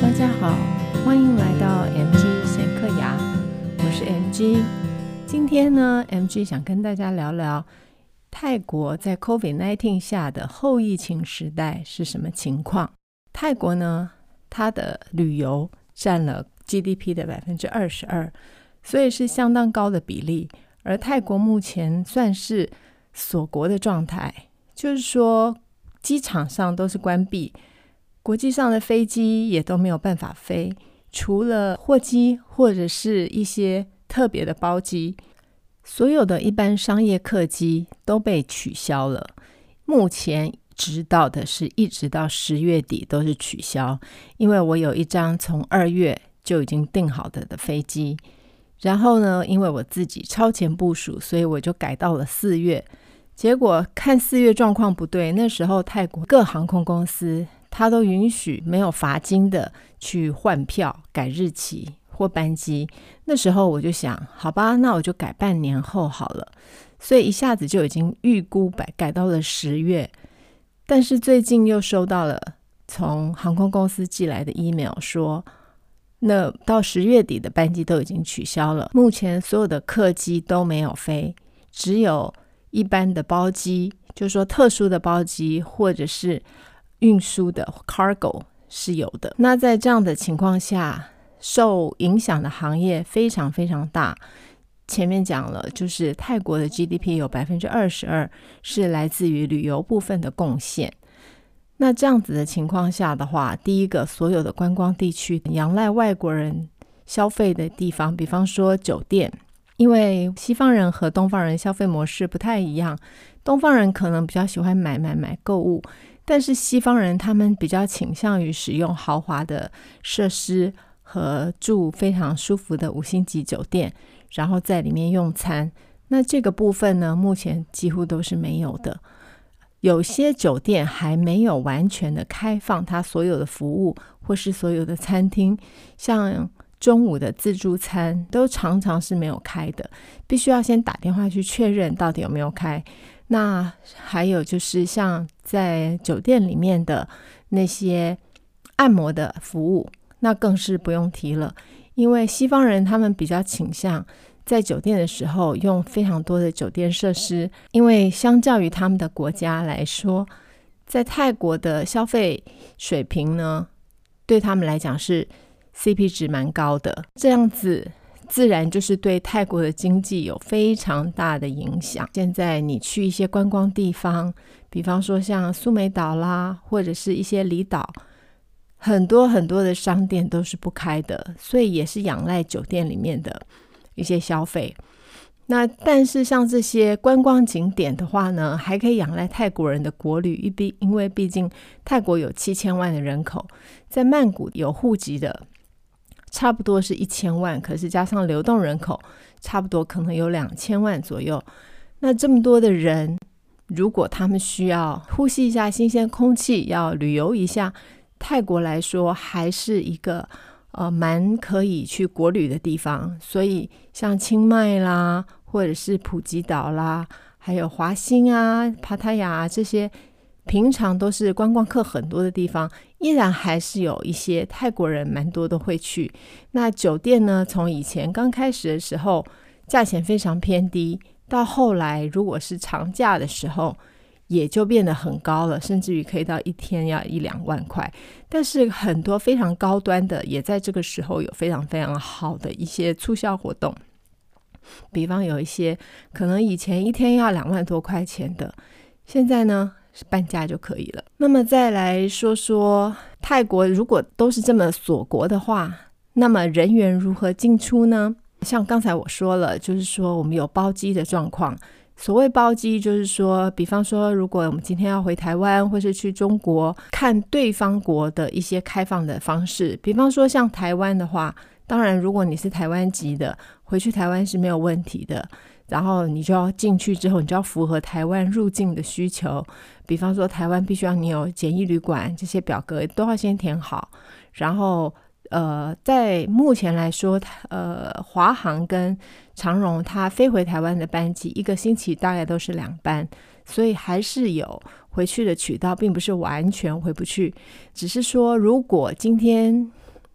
大家好，欢迎来到 MG 闲课牙，我是 MG。今天呢 MG 想跟大家聊聊泰国在 COVID-19 下的后疫情时代是什么情况。泰国呢，它的旅游占了 GDP 的 22%， 所以是相当高的比例。而泰国目前算是锁国的状态，就是说机场上都是关闭，国际上的飞机也都没有办法飞，除了货机或者是一些特别的包机，所有的一般商业客机都被取消了。目前知道的是一直到10月底都是取消，因为我有一张从2月就已经订好的飞机，然后呢，因为我自己超前部署，所以我就改到了4月。结果看4月状况不对，那时候泰国各航空公司它都允许没有罚金的去换票、改日期或班机。那时候我就想，好吧，那我就改半年后好了。所以一下子就已经预估改到了10月。但是最近又收到了从航空公司寄来的 email 说，那到10月底的班机都已经取消了，目前所有的客机都没有飞，只有一般的包机，就是说特殊的包机或者是运输的 cargo 是有的。那在这样的情况下，受影响的行业非常非常大。前面讲了，就是泰国的 GDP 有 22% 是来自于旅游部分的贡献。那这样子的情况下的话，第一个，所有的观光地区仰赖外国人消费的地方，比方说酒店，因为西方人和东方人消费模式不太一样，东方人可能比较喜欢买购物，但是西方人他们比较倾向于使用豪华的设施和住非常舒服的5星级酒店，然后在里面用餐。那这个部分呢，目前几乎都是没有的。有些酒店还没有完全的开放它所有的服务或是所有的餐厅，像中午的自助餐都常常是没有开的，必须要先打电话去确认到底有没有开。那还有就是像在酒店里面的那些按摩的服务，那更是不用提了，因为西方人他们比较倾向在酒店的时候用非常多的酒店设施，因为相较于他们的国家来说，在泰国的消费水平呢，对他们来讲是 CP 值蛮高的，这样子自然就是对泰国的经济有非常大的影响。现在你去一些观光地方，比方说像苏梅岛啦，或者是一些离岛，很多很多的商店都是不开的，所以也是仰赖酒店里面的一些消费。那但是像这些观光景点的话呢，还可以仰赖泰国人的国旅，因为毕竟泰国有7000万的人口，在曼谷有户籍的差不多是1000万，可是加上流动人口差不多可能有2000万左右。那这么多的人，如果他们需要呼吸一下新鲜空气，要旅游一下，泰国来说还是一个蛮可以去国旅的地方。所以像清迈啦，或者是普吉岛啦，还有华欣啊、帕塔亚啊，这些平常都是观光客很多的地方，依然还是有一些泰国人蛮多都会去。那酒店呢，从以前刚开始的时候价钱非常偏低，到后来如果是长假的时候也就变得很高了，甚至于可以到一天要1-2万块。但是很多非常高端的也在这个时候有非常非常好的一些促销活动，比方有一些可能以前一天要2万多块钱的，现在呢是半价就可以了。那么再来说说泰国，如果都是这么锁国的话，那么人员如何进出呢？像刚才我说了，就是说我们有包机的状况。所谓包机就是说，比方说如果我们今天要回台湾或是去中国，看对方国的一些开放的方式。比方说像台湾的话，当然如果你是台湾籍的，回去台湾是没有问题的，然后你就要进去之后，你就要符合台湾入境的需求。比方说台湾必须要你有检疫旅馆，这些表格都要先填好。然后在目前来说，华航跟长荣它飞回台湾的班机1个星期大概都是2班，所以还是有回去的渠道，并不是完全回不去。只是说如果今天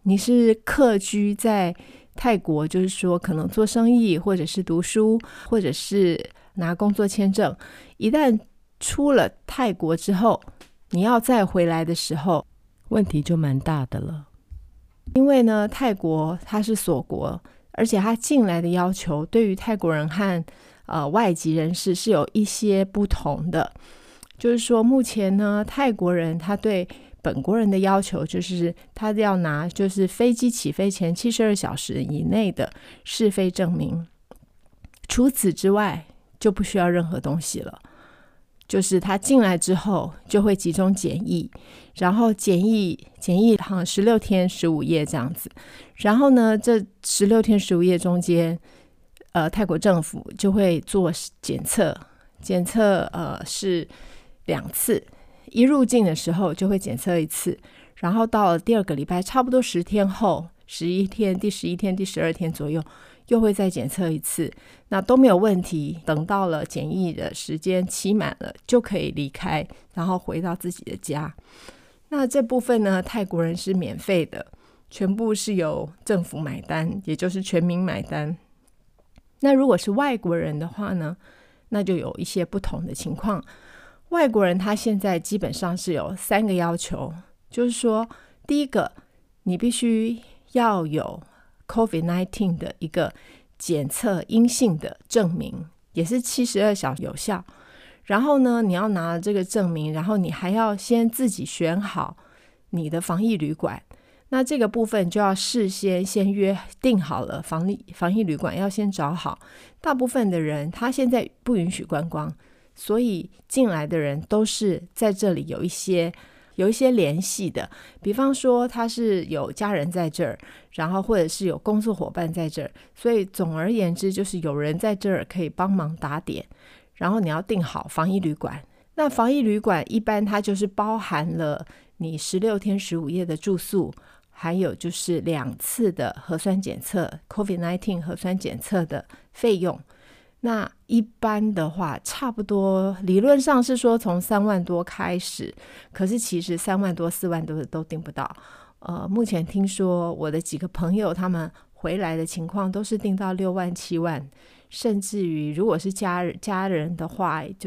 你是客居在泰国，就是说可能做生意或者是读书或者是拿工作签证，一旦出了泰国之后，你要再回来的时候，问题就蛮大的了。因为呢，泰国它是锁国，而且它进来的要求对于泰国人和外籍人士是有一些不同的。就是说目前呢，泰国人他对本国人的要求就是他要拿就是飞机起飞前72小时以内的是非证明，除此之外就不需要任何东西了。就是他进来之后就会集中检疫，然后检疫好像16天15夜这样子，然后呢这16天15夜中间泰国政府就会做检测是2次，一入境的时候就会检测1次，然后到了第2个礼拜差不多10天后11天第11天第12天左右又会再检测1次，那都没有问题，等到了检疫的时间期满了就可以离开，然后回到自己的家。那这部分呢，泰国人是免费的，全部是由政府买单，也就是全民买单。那如果是外国人的话呢，那就有一些不同的情况。外国人他现在基本上是有3个要求，就是说第一个，你必须要有COVID-19 的一个检测阴性的证明，也是72小时有效。然后呢，你要拿这个证明，然后你还要先自己选好你的防疫旅馆。那这个部分就要事先约定好了，防疫旅馆要先找好。大部分的人他现在不允许观光，所以进来的人都是在这里有一些联系的，比方说他是有家人在这儿，然后或者是有工作伙伴在这儿，所以总而言之就是有人在这儿可以帮忙打点，然后你要订好防疫旅馆。那防疫旅馆一般它就是包含了你16天15夜的住宿，还有就是2次的核酸检测 COVID-19 核酸检测的费用。那一般的话差不多理论上是说从3万多开始，可是其实3万多4万多的都订不到。目前听说我的几个朋友他们回来的情况都是订到6万7万，甚至于如果是家人的话，就是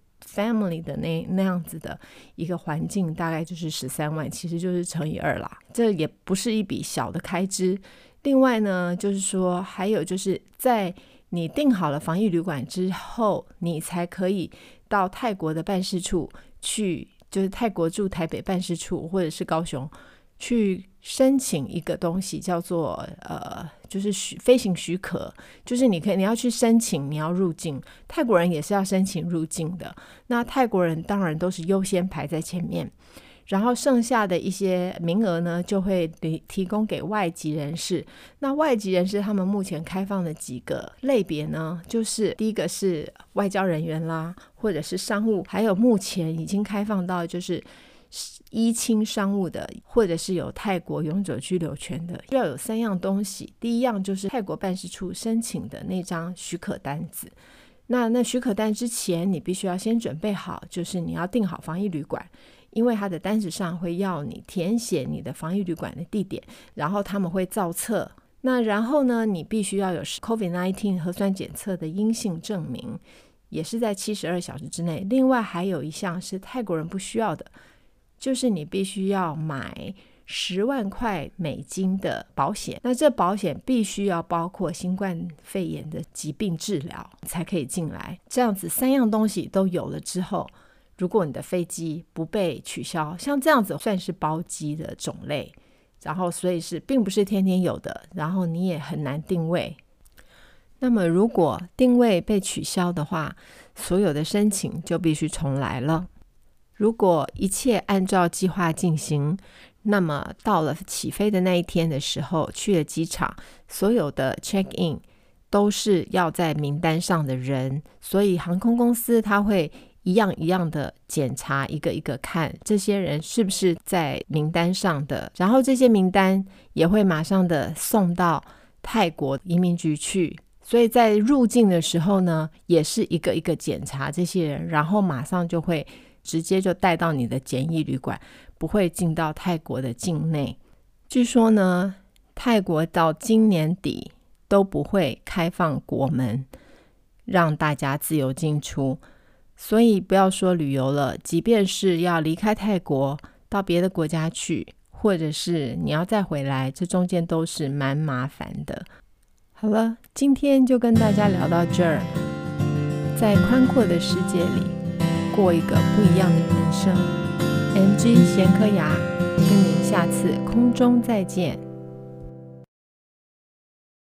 family 的那样子的一个环境，大概就是13万，其实就是乘以2啦，这也不是一笔小的开支。另外呢，就是说还有就是在你订好了防疫旅馆之后，你才可以到泰国的办事处去，就是泰国驻台北办事处或者是高雄去申请一个东西叫做就是飞行许可，就是你要去申请，你要入境，泰国人也是要申请入境的。那泰国人当然都是优先排在前面，然后剩下的一些名额呢就会提供给外籍人士。那外籍人士他们目前开放的几个类别呢，就是第一个是外交人员啦，或者是商务，还有目前已经开放到就是依亲商务的，或者是有泰国永久居留权的。要有3样东西，第一样就是泰国办事处申请的那张许可单子。那许可单之前你必须要先准备好，就是你要订好防疫旅馆，因为他的单子上会要你填写你的防疫旅馆的地点，然后他们会造册。那然后呢，你必须要有 COVID-19 核酸检测的阴性证明，也是在72小时之内。另外还有一项是泰国人不需要的，就是你必须要买10万块美金的保险。那这保险必须要包括新冠肺炎的疾病治疗才可以进来。这样子3样东西都有了之后，如果你的飞机不被取消，像这样子算是包机的种类，然后所以是并不是天天有的，然后你也很难定位。那么如果定位被取消的话，所有的申请就必须重来了。如果一切按照计划进行，那么到了起飞的那一天的时候，去了机场，所有的 check in 都是要在名单上的人，所以航空公司它会一样一样的检查，一个一个看这些人是不是在名单上的，然后这些名单也会马上的送到泰国移民局去。所以在入境的时候呢，也是一个一个检查这些人，然后马上就会直接就带到你的检疫旅馆，不会进到泰国的境内。 据说呢，泰国到今年底都不会开放国门，让大家自由进出。所以不要说旅游了，即便是要离开泰国到别的国家去，或者是你要再回来，这中间都是蛮麻烦的。好了，今天就跟大家聊到这儿。在宽阔的世界里，过一个不一样的人生。MG 闲颗牙，跟您下次空中再见。